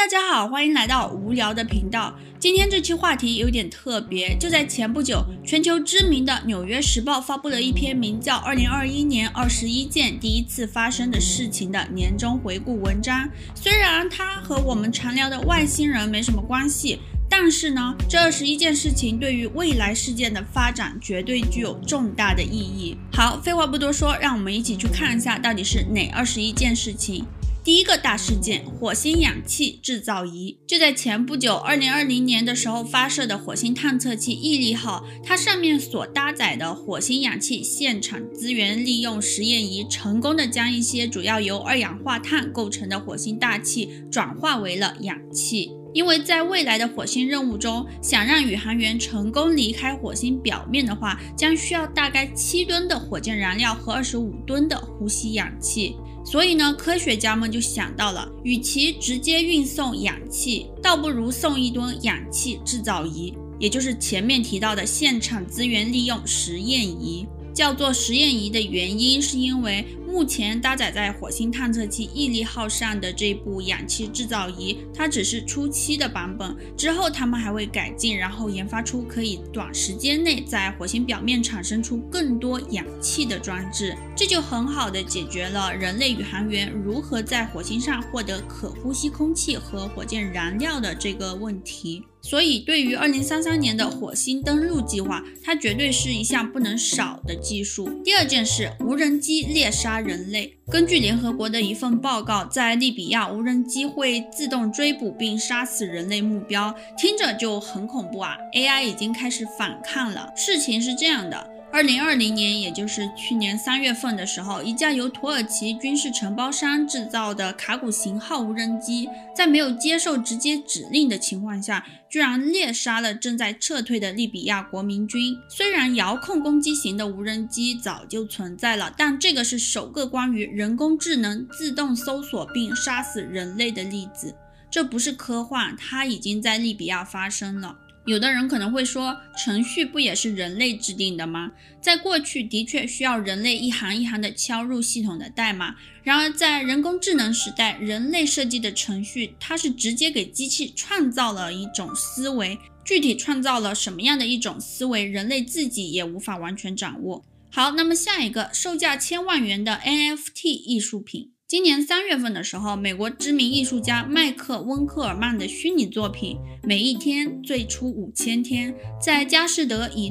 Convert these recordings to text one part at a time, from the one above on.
大家好，欢迎来到无聊的频道。今天这期话题有点特别，就在前不久，全球知名的《纽约时报》发布了一篇名叫《2021年21件第一次发生的事情》的年终回顾文章。虽然它和我们常聊的外星人没什么关系，但是呢，这21件事情对于未来事件的发展绝对具有重大的意义。好，废话不多说，让我们一起去看一下到底是哪21件事情。第一个大事件，火星氧气制造仪。就在前不久2020年的时候发射的火星探测器毅力号，它上面所搭载的火星氧气现场资源利用实验仪成功的将一些主要由二氧化碳构成的火星大气转化为了氧气。因为在未来的火星任务中，想让宇航员成功离开火星表面的话，将需要大概7吨的火箭燃料和25吨的呼吸氧气。所以呢，科学家们就想到了，与其直接运送氧气，倒不如送一吨氧气制造仪，也就是前面提到的现场资源利用实验仪。叫做实验仪的原因是因为目前搭载在火星探测器毅力号上的这部氧气制造仪，它只是初期的版本，之后他们还会改进，然后研发出可以短时间内在火星表面产生出更多氧气的装置，这就很好的解决了人类宇航员如何在火星上获得可呼吸空气和火箭燃料的这个问题。所以对于2033年的火星登陆计划，它绝对是一项不能少的技术。第二件事，无人机猎杀人类。根据联合国的一份报告，在利比亚无人机会自动追捕并杀死人类目标，听着就很恐怖啊。 AI 已经开始反抗了。事情是这样的，2020年，也就是去年3月份的时候，一架由土耳其军事承包商制造的卡古型号无人机，在没有接受直接指令的情况下，居然猎杀了正在撤退的利比亚国民军。虽然遥控攻击型的无人机早就存在了，但这个是首个关于人工智能自动搜索并杀死人类的例子。这不是科幻，它已经在利比亚发生了。有的人可能会说，程序不也是人类制定的吗？在过去的确需要人类一行一行的敲入系统的代码，然而在人工智能时代，人类设计的程序，它是直接给机器创造了一种思维，具体创造了什么样的一种思维，人类自己也无法完全掌握。好，那么下一个，售价1000万元的 NFT 艺术品。今年3月份的时候，美国知名艺术家麦克温克尔曼的虚拟作品每一天最初5000天，在佳士得以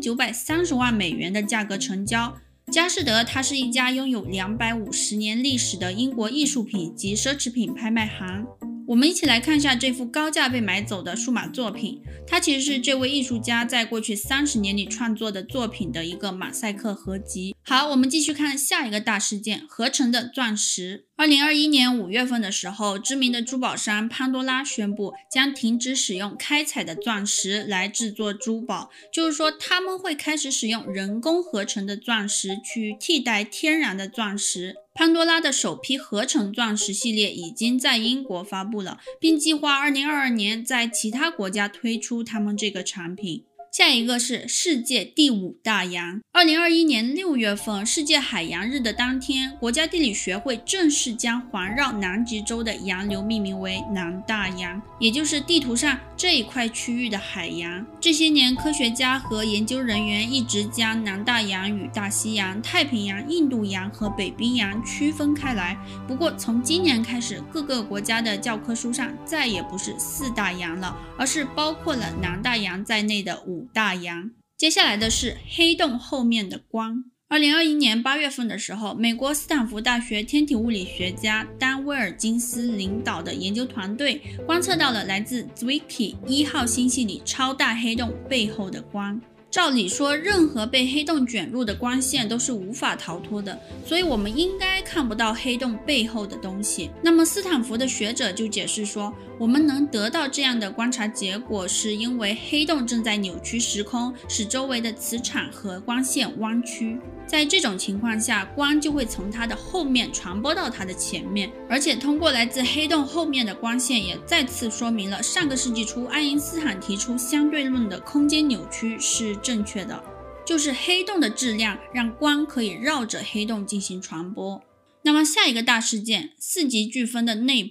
6930万美元的价格成交。佳士得它是一家拥有250年历史的英国艺术品及奢侈品拍卖行。我们一起来看一下这幅高价被买走的数码作品，它其实是这位艺术家在过去30年里创作的作品的一个马赛克合集。好，我们继续看下一个大事件，合成的钻石。2021年5月份的时候，知名的珠宝商潘多拉宣布将停止使用开采的钻石来制作珠宝，就是说他们会开始使用人工合成的钻石去替代天然的钻石。潘多拉的首批合成钻石系列已经在英国发布了，并计划2022年在其他国家推出他们这个产品。下一个是世界第5大洋。2021年6月份，世界海洋日的当天，国家地理学会正式将环绕南极洲的洋流命名为南大洋，也就是地图上这一块区域的海洋。这些年，科学家和研究人员一直将南大洋与大西洋、太平洋、印度洋和北冰洋区分开来。不过从今年开始，各个国家的教科书上再也不是4大洋了，而是包括了南大洋在内的5大洋。接下来的是黑洞后面的光。2021年8月份的时候，美国斯坦福大学天体物理学家丹威尔金斯领导的研究团队观测到了来自 Zwicky 1号星系里超大黑洞背后的光。照理说，任何被黑洞卷入的光线都是无法逃脱的，所以我们应该看不到黑洞背后的东西。那么斯坦福的学者就解释说，我们能得到这样的观察结果，是因为黑洞正在扭曲时空，使周围的磁场和光线弯曲。在这种情况下，光就会从它的后面传播到它的前面，而且通过来自黑洞后面的光线也再次说明了上个世纪初爱因斯坦提出相对论的空间扭曲是正确的，就是黑洞的质量让光可以绕着黑洞进行传播。那么下一个大事件，4级飓风的内部。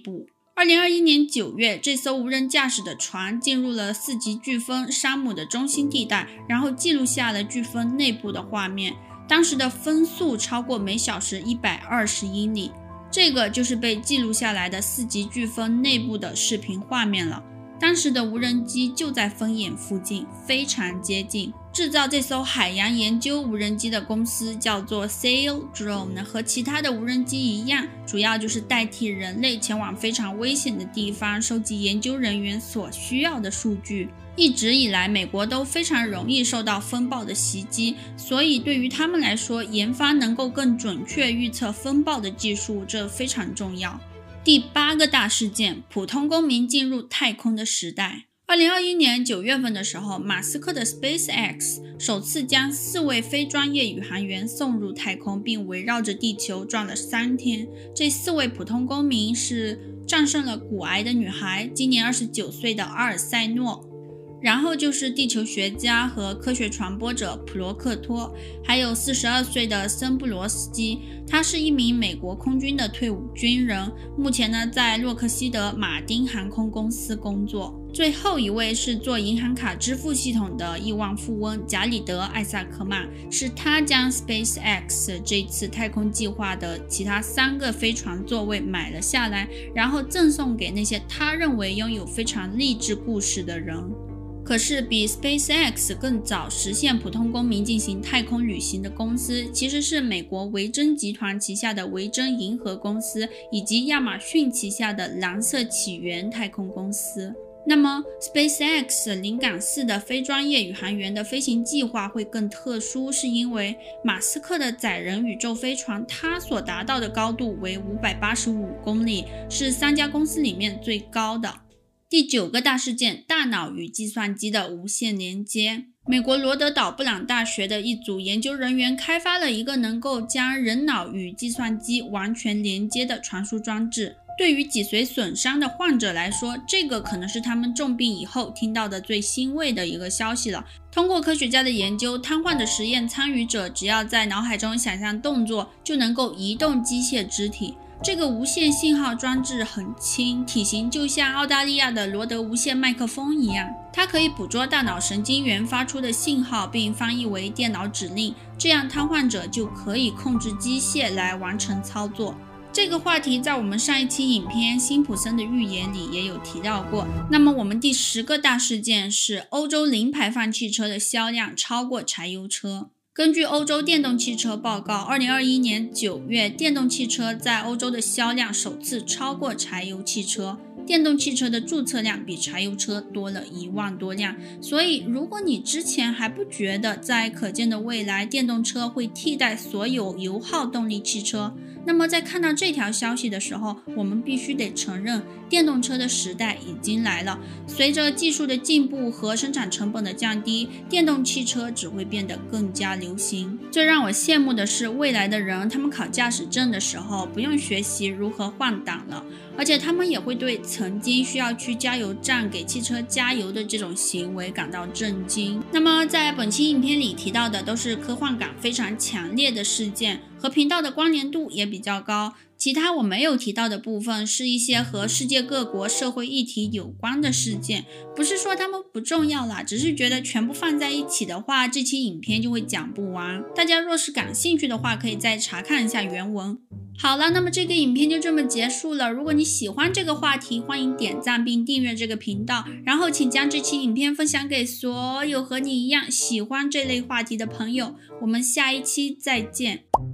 2021年9月，这艘无人驾驶的船进入了4级飓风山姆的中心地带，然后记录下了飓风内部的画面。当时的风速超过每小时120英里，这个就是被记录下来的4级飓风内部的视频画面了。当时的无人机就在风眼附近，非常接近。制造这艘海洋研究无人机的公司叫做 Sail Drone， 和其他的无人机一样，主要就是代替人类前往非常危险的地方，收集研究人员所需要的数据。一直以来，美国都非常容易受到风暴的袭击，所以对于他们来说，研发能够更准确预测风暴的技术，这非常重要。第8个大事件，普通公民进入太空的时代。2021年9月份的时候，马斯克的 SpaceX 首次将4位非专业宇航员送入太空，并围绕着地球转了3天。这4位普通公民是战胜了骨癌的女孩，今年29岁的阿尔塞诺，然后就是地球学家和科学传播者普罗克托，还有42岁的森布罗斯基，他是一名美国空军的退伍军人，目前呢在洛克希德马丁航空公司工作。最后一位是做银行卡支付系统的亿万富翁贾里德·艾萨克曼，是他将 SpaceX 这次太空计划的其他3个飞船座位买了下来，然后赠送给那些他认为拥有非常励志故事的人。可是比 SpaceX 更早实现普通公民进行太空旅行的公司，其实是美国维珍集团旗下的维珍银河公司，以及亚马逊旗下的蓝色起源太空公司。那么 SpaceX 灵感4的非专业宇航员的飞行计划会更特殊，是因为马斯克的载人宇宙飞船它所达到的高度为585公里，是3家公司里面最高的。第9个大事件，大脑与计算机的无线连接。美国罗德岛布朗大学的一组研究人员开发了一个能够将人脑与计算机完全连接的传输装置。对于脊髓损伤的患者来说，这个可能是他们重病以后听到的最欣慰的一个消息了。通过科学家的研究，瘫痪的实验参与者只要在脑海中想象动作，就能够移动机械肢体。这个无线信号装置很轻，体型就像澳大利亚的罗德无线麦克风一样，它可以捕捉大脑神经元发出的信号并翻译为电脑指令，这样瘫痪者就可以控制机械来完成操作。这个话题在我们上一期影片辛普森的预言里也有提到过。那么我们第10个大事件是欧洲零排放汽车的销量超过柴油车。根据欧洲电动汽车报告，2021年9月，电动汽车在欧洲的销量首次超过柴油汽车。电动汽车的注册量比柴油车多了1万多辆，所以如果你之前还不觉得在可见的未来电动车会替代所有油耗动力汽车，那么在看到这条消息的时候，我们必须得承认，电动车的时代已经来了。随着技术的进步和生产成本的降低，电动汽车只会变得更加流行。最让我羡慕的是，未来的人他们考驾驶证的时候不用学习如何换挡了，而且他们也会对曾经需要去加油站给汽车加油的这种行为感到震惊。那么在本期影片里提到的都是科幻感非常强烈的事件，和频道的关联度也比较高。其他我没有提到的部分是一些和世界各国社会议题有关的事件，不是说它们不重要啦，只是觉得全部放在一起的话，这期影片就会讲不完。大家若是感兴趣的话，可以再查看一下原文。好了，那么这个影片就这么结束了。如果你喜欢这个话题，欢迎点赞并订阅这个频道，然后请将这期影片分享给所有和你一样喜欢这类话题的朋友。我们下一期再见。